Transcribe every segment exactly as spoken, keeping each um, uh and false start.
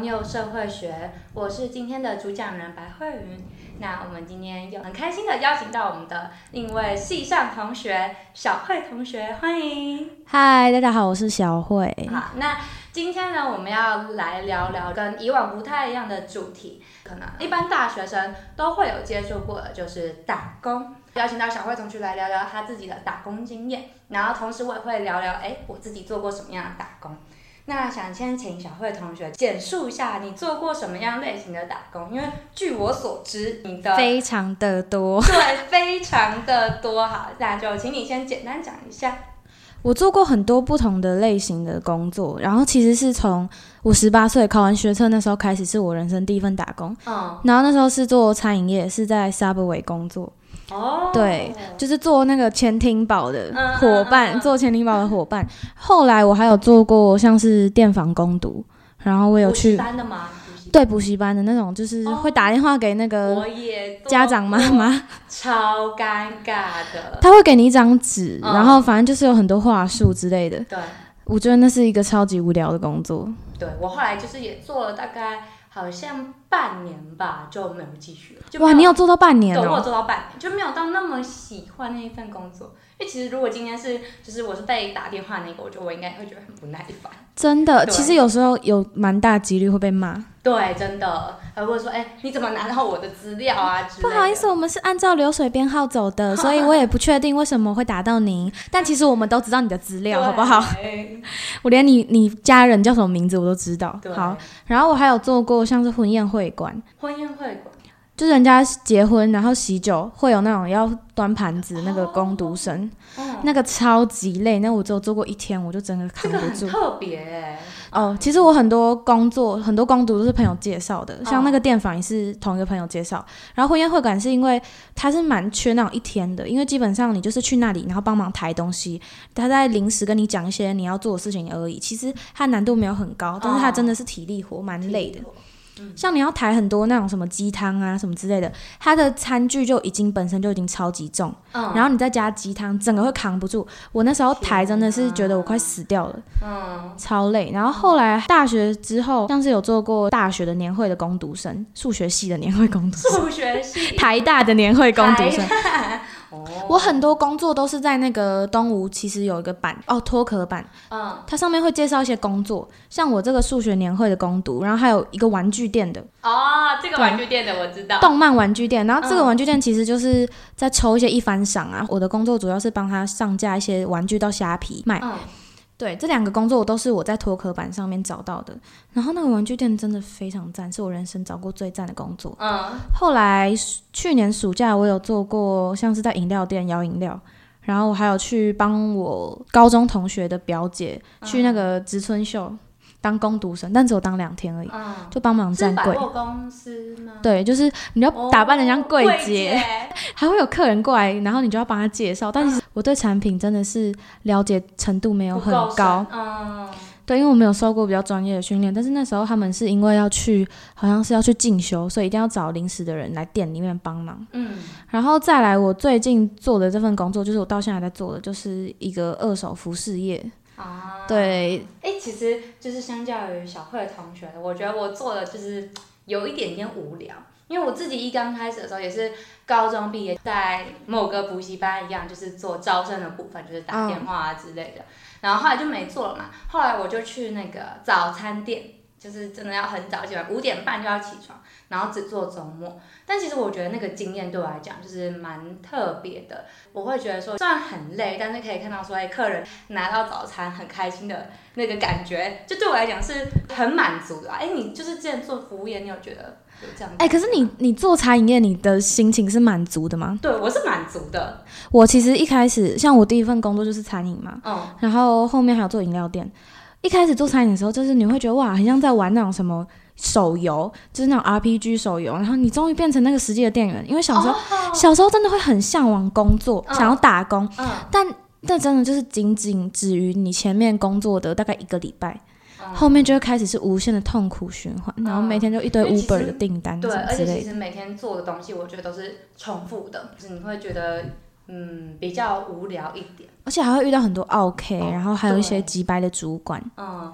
妞社会学，我是今天的主讲人白慧云。那我们今天又很开心的邀请到我们的另一位系上同学小慧同学，欢迎。 嗨，大家好，我是小慧。 好，那今天呢，我们要来聊聊跟以往不太一样的主题，可能一般大学生都会有接触过的，就是打工。邀请到小慧同学来聊聊她自己的打工经验，然后同时我也会聊聊，哎，我自己做过什么样的打工。那想先请小慧同学简述一下你做过什么样类型的打工，因为据我所知，你的非常的多， 对，非常的多。好，那就请你先简单讲一下。 我做过很多不同的类型的工作，然后其实是从我十八岁考完学测那时候开始，是我人生第一份打工。嗯，然后那时候是做餐饮业，是在 Subway 工作。哦，对，就是做那个潜艇堡的伙伴，嗯嗯嗯、做潜艇堡的伙伴。后来我还有做过像是电访工读，然后我有去补习班的吗？ 对，补习班的那种，就是会打电话给那个家长妈妈， 超尴尬的。 他会给你一张纸，嗯、然后反正就是有很多话术之类的。 对， 我觉得那是一个超级无聊的工作。 对，我后来就是也做了大概好像半年吧，就没有继续了。 哇，你有做到半年哦？ 对，我有做到半年，就没有到那么喜欢那一份工作。因为其实如果今天是就是我是被打电话那个，我觉得我应该会觉得很不耐烦。 真的，其实有时候有蛮大几率会被骂。 对，真的，呃，或者说，哎、欸，你怎么拿到我的资料啊之类的？ 不好意思，我们是按照流水编号走的，所以我也不确定为什么会打到您。但其实我们都知道你的资料，好不好？我连你你家人叫什么名字我都知道。好，然后我还有做过像是婚宴会馆。 婚宴会馆。 就是人家结婚，然后喜酒会有那种要端盘子那个工读生，哦、那个超级累。那我只有做过一天，我就真的扛不住。 这个很特别哎。 哦，其实我很多工作，很多工读都是朋友介绍的，像那个电访也是同一个朋友介绍。哦、然后婚宴会馆是因为他是蛮缺那种一天的，因为基本上你就是去那里，然后帮忙抬东西，他在临时跟你讲一些你要做的事情而已。其实它难度没有很高，但是它真的是体力活，蛮累的。嗯、像你要抬很多那种什么鸡汤啊什么之类的，它的餐具就已经本身就已经超级重，嗯、然后你再加鸡汤，整个会扛不住。我那时候抬真的是觉得我快死掉了，嗯、超累。然后后来大学之后，像是有做过大学的年会的工读生，数学系的年会工读生， 数学系台大的年会工读生。我很多工作都是在那个东吴，其实有一个版哦，脱壳版，嗯，它上面会介绍一些工作，像我这个数学年会的工读，然后还有一个玩具店的哦，这个玩具店的我知道， 动漫玩具店，然后这个玩具店其实就是在抽一些一番赏啊，嗯、我的工作主要是帮他上架一些玩具到虾皮卖。嗯对，这两个工作我都是我在脱壳板上面找到的，然后那个玩具店真的非常赞，是我人生找过最赞的工作。嗯，后来去年暑假我有做过，像是在饮料店摇饮料，然后我还有去帮我高中同学的表姐去那个植村秀当工读生，但只有当两天而已，嗯、就帮忙站柜。 是百货公司吗？ 对，就是你要打扮得像柜姐，哦、还会有客人过来，然后你就要帮他介绍。但是我对产品真的是了解程度没有很高，嗯、对，因为我没有受过比较专业的训练。但是那时候他们是因为要去，好像是要去进修，所以一定要找临时的人来店里面帮忙。嗯，然后再来，我最近做的这份工作，就是我到现在在做的，就是一个二手服饰业。啊，对， 哎、欸，其实就是相较于小慧的同学，我觉得我做的就是有一点点无聊，因为我自己一刚开始的时候也是高中毕业，在某个补习班一样，就是做招生的部分，就是打电话啊之类的，嗯、然后后来就没做了嘛，后来我就去那个早餐店，就是真的要很早起来，五点半就要起床，然后只做周末。但其实我觉得那个经验对我来讲就是蛮特别的，我会觉得说虽然很累，但是可以看到说，哎，客人拿到早餐很开心的那个感觉，就对我来讲是很满足的。哎，你就是之前做服务业，你有觉得有这样？ 哎，可是你你做餐饮业，你的心情是满足的吗？ 对，我是满足的。 我其实一开始，像我第一份工作就是餐饮嘛，嗯，然后后面还有做饮料店。一开始做餐饮的时候，就是你会觉得哇，很像在玩那种什么手游，就是那种 R P G 手游，然后你终于变成那个实际的店员。因为小时候， oh. 小时候真的会很向往工作， uh. 想要打工， uh. 但那真的就是仅仅止于你前面工作的大概一个礼拜。Uh. 后面就会开始是无限的痛苦循环， uh. 然后每天就一堆 Uber 的订单什么之类的。 对，而且其实每天做的东西，我觉得都是重复的，就是你会觉得嗯比较无聊一点， 而且还会遇到很多 OK，、哦、然后还有一些击败的主管。 嗯，哎、欸，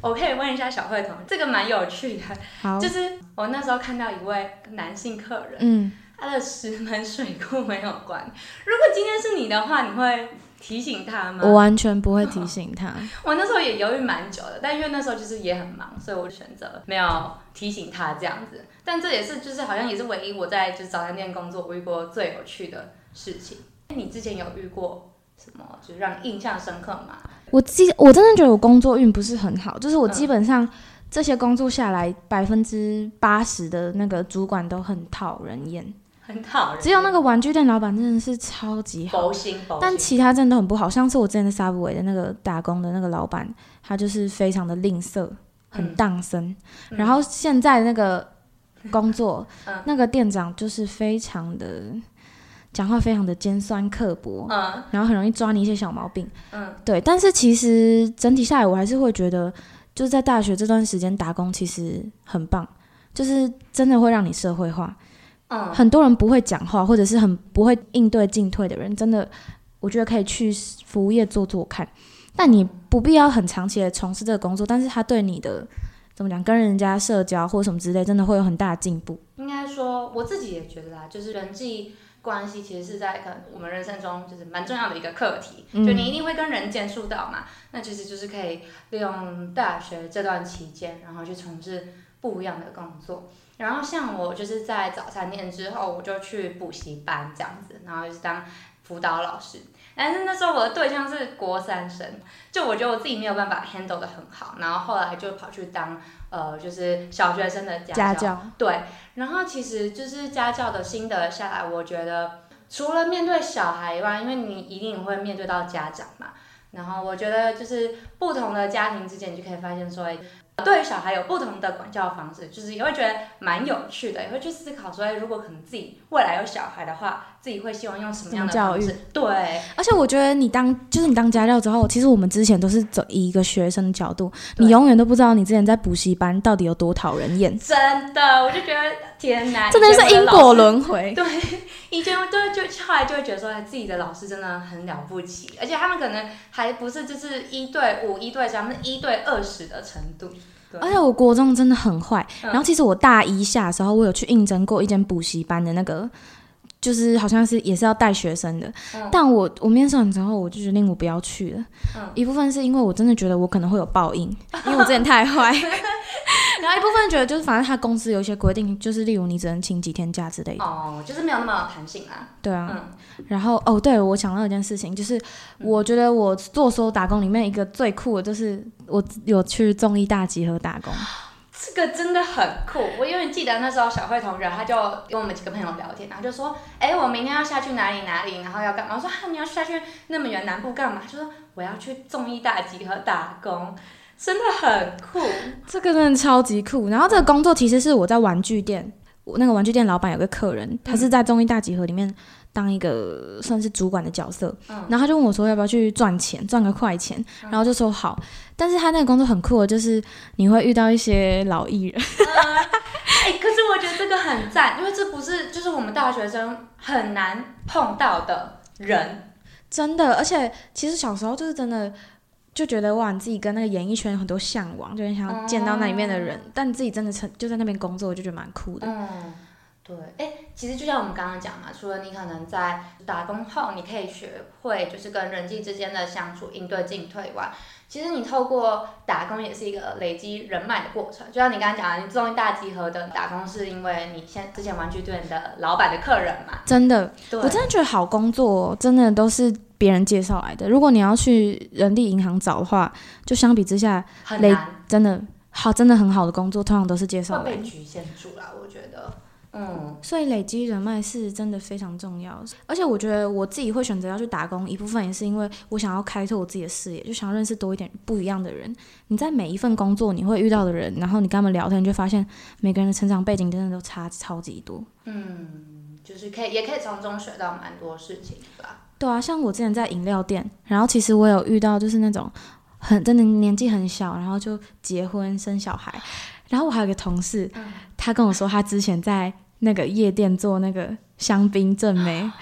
我可以问一下小慧同，这个蛮有趣的。 好， 就是我那时候看到一位男性客人， 嗯， 他的石门水库没有关。如果今天是你的话，你会提醒他吗？ 我完全不会提醒他。 我那时候也犹豫蛮久的，但因为那时候就是也很忙，所以我就选择没有提醒他这样子。但这也是就是好像也是唯一我在就是早餐店工作我遇过最有趣的事情。你之前有遇过什么就是让你印象深刻吗？ 我记我真的觉得我工作运不是很好，就是我基本上这些工作下来，百分之八十的那个主管都很讨人厌。 很讨人厌， 只有那个玩具店老板真的是超级好，但其他真的都很不好。像是我之前在 Subway 的那个打工的那个老板，他就是非常的吝啬，很荡生、嗯。然后现在那个工作、嗯，那个店长就是非常的讲话非常的尖酸刻薄、嗯，然后很容易抓你一些小毛病。嗯，对。但是其实整体下来，我还是会觉得，就是在大学这段时间打工其实很棒，就是真的会让你社会化。嗯、很多人不会讲话，或者是很不会应对进退的人，真的，我觉得可以去服务业做做看。但你不必要很长期的从事这个工作，但是他对你的怎么讲，跟人家社交或什么之类，真的会有很大的进步。 应该说，我自己也觉得啦，就是人际关系其实是在可能我们人生中就是蛮重要的一个课题、嗯，就你一定会跟人接触到嘛，那其实就是可以利用大学这段期间，然后去从事不一样的工作。然后像我就是在早餐店之后，我就去补习班这样子，然后就是当辅导老师。但是那时候我的对象是国三生，就我觉得我自己没有办法 handle 得很好，然后后来就跑去当呃就是小学生的家教。 家教对，然后其实就是家教的心得下来，我觉得除了面对小孩以外，因为你一定会面对到家长嘛，然后我觉得就是不同的家庭之间，你就可以发现说，对于小孩有不同的管教方式，就是也会觉得蛮有趣的，也会去思考说，如果可能自己未来有小孩的话，自己会希望用什么样的方式？对。 而且我觉得你当就是你当家教之后，其实我们之前都是走以一个学生的角度，你永远都不知道你之前在补习班到底有多讨人厌。 真的，我就觉得天哪， 真的是因果轮回。 对，以前对就后来就会觉得说，自己的老师真的很了不起，而且他们可能还不是就是一对五、一对三，他们是一对二十的程度。 而且我国中真的很坏、嗯，然后其实我大一下的时候，我有去应征过一间补习班的那个，就是好像是也是要带学生的，嗯、但我我面试完之后，我就决定我不要去了、嗯。一部分是因为我真的觉得我可能会有报应，因为我之前太坏。然后一部分觉得就是反正他公司有一些规定，就是例如你只能请几天假之类的。 哦，就是没有那么有弹性啊。 对啊。嗯、然后哦，对，我想到一件事情，就是我觉得我做所有打工里面一个最酷的，就是我有去综艺大集合打工。 这个真的很酷，我永远记得那时候小慧同学，他就跟我们几个朋友聊天，然后就说，哎，我明天要下去哪里哪里，然后要干嘛？我说，啊，你要下去那么远南部干嘛？就说我要去综艺大集合打工。真的很酷， 这个真的超级酷。然后这个工作其实是我在玩具店，我那个玩具店老板有个客人，他是在综艺大集合里面当一个算是主管的角色，嗯、然后他就问我说要不要去赚钱，赚个快钱，嗯、然后就说好。但是他那个工作很酷的，就是你会遇到一些老艺人。 呃欸、可是我觉得这个很赞，因为这不是就是我们大学生很难碰到的人， 真的。而且其实小时候就是真的。就觉得哇，你自己跟那个演艺圈有很多向往，就很想要见到那里面的人，嗯、但你自己真的就在那边工作，我就觉得蛮酷的。 嗯，对，哎，其实就像我们刚刚讲嘛，除了你可能在打工后，你可以学会就是跟人际之间的相处、应对进退以外，其实你透过打工也是一个累积人脉的过程。就像你刚刚讲的，你综艺大集合的打工是因为你现之前玩具店的老板的客人嘛？ 真的，我真的觉得好工作真的都是别人介绍来的。如果你要去人力银行找的话，就相比之下， 很难， 真的好，真的很好的工作，通常都是介绍来的。 会被局限住啦，我觉得。嗯， 所以累积人脉是真的非常重要。而且我觉得我自己会选择要去打工，一部分也是因为我想要开拓我自己的视野，就想要认识多一点不一样的人。你在每一份工作你会遇到的人，然后你跟他们聊天，你就发现每个人的成长背景真的都差超级多。 嗯，就是可以也可以从中学到蛮多事情吧。 对啊，像我之前在饮料店，然后其实我有遇到就是那种很真的年纪很小，然后就结婚生小孩。然后我还有个同事，他跟我说他之前在那个夜店做那个香槟正妹，哎，那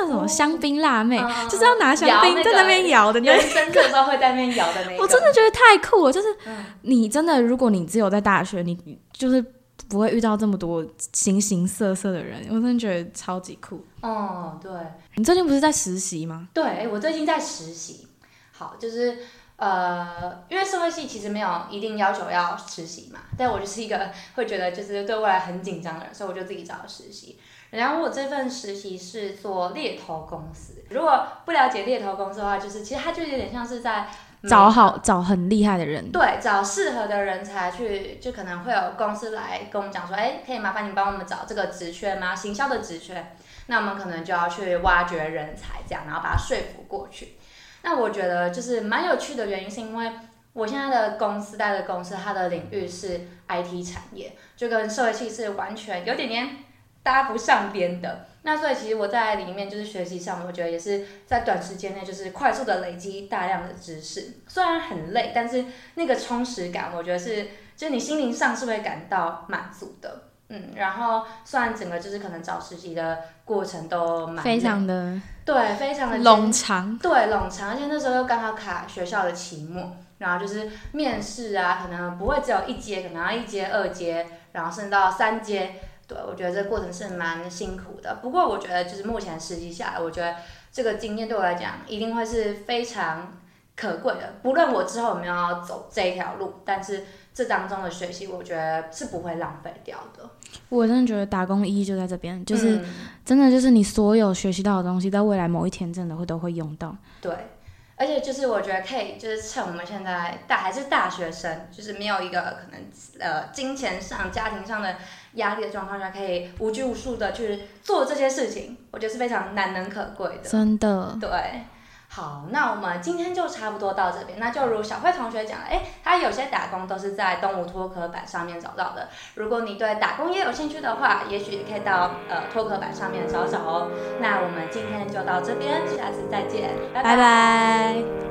什么香槟辣妹， 嗯、 就是要拿香槟在那边摇的那个，有生日的时候会在那边摇的那个。 我真的觉得太酷了，就是你真的，如果你只有在大学，你就是不会遇到这么多形形色色的人，我真的觉得超级酷。 哦，对。 你最近不是在实习吗？ 对，我最近在实习。好，就是呃，因为社会系其实没有一定要求要实习嘛，但我就是一个会觉得就是对未来很紧张的人，所以我就自己找了实习。然后我这份实习是做猎头公司。如果不了解猎头公司的话，就是其实它就有点像是在找好找很厉害的人， 对，找适合的人才去，就可能会有公司来跟我们讲说，哎，可以麻烦你帮我们找这个职缺吗？行销的职缺，那我们可能就要去挖掘人才，这样，然后把它说服过去。那我觉得就是蛮有趣的原因，是因为我现在的公司待的公司，它的领域是 I T 产业，就跟社会系是完全有点点搭不上边的。那所以其实我在里面就是学习上，我觉得也是在短时间内就是快速的累积大量的知识，虽然很累，但是那个充实感，我觉得是就是你心灵上是会感到满足的。嗯，然后虽然整个就是可能找实习的过程都蛮非常的对，非常的冗长， 对冗长，而且那时候又刚好卡学校的期末，然后就是面试啊，可能不会只有一阶，可能要一阶、二阶，然后甚至到三阶。对，我觉得这个过程是蛮辛苦的。不过我觉得就是目前实习下来，我觉得这个经验对我来讲一定会是非常可贵的。不论我之后有没有要走这一条路，但是这当中的学习，我觉得是不会浪费掉的。 我真的觉得打工意义就在这边，就是、嗯、真的就是你所有学习到的东西，在未来某一天真的会都会用到。 对。而且就是我觉得可以，就是趁我们现在大还是大学生，就是没有一个可能呃金钱上、家庭上的压力的状况下，可以无拘无束的去做这些事情，我觉得是非常难能可贵的。 真的。 对。好，那我们今天就差不多到这边。那就如小慧同学讲的，哎，他有些打工都是在东吴脱壳板上面找到的。如果你对打工也有兴趣的话，也许也可以到呃脱壳板上面找找哦。那我们今天就到这边，下次再见，拜拜。 拜拜。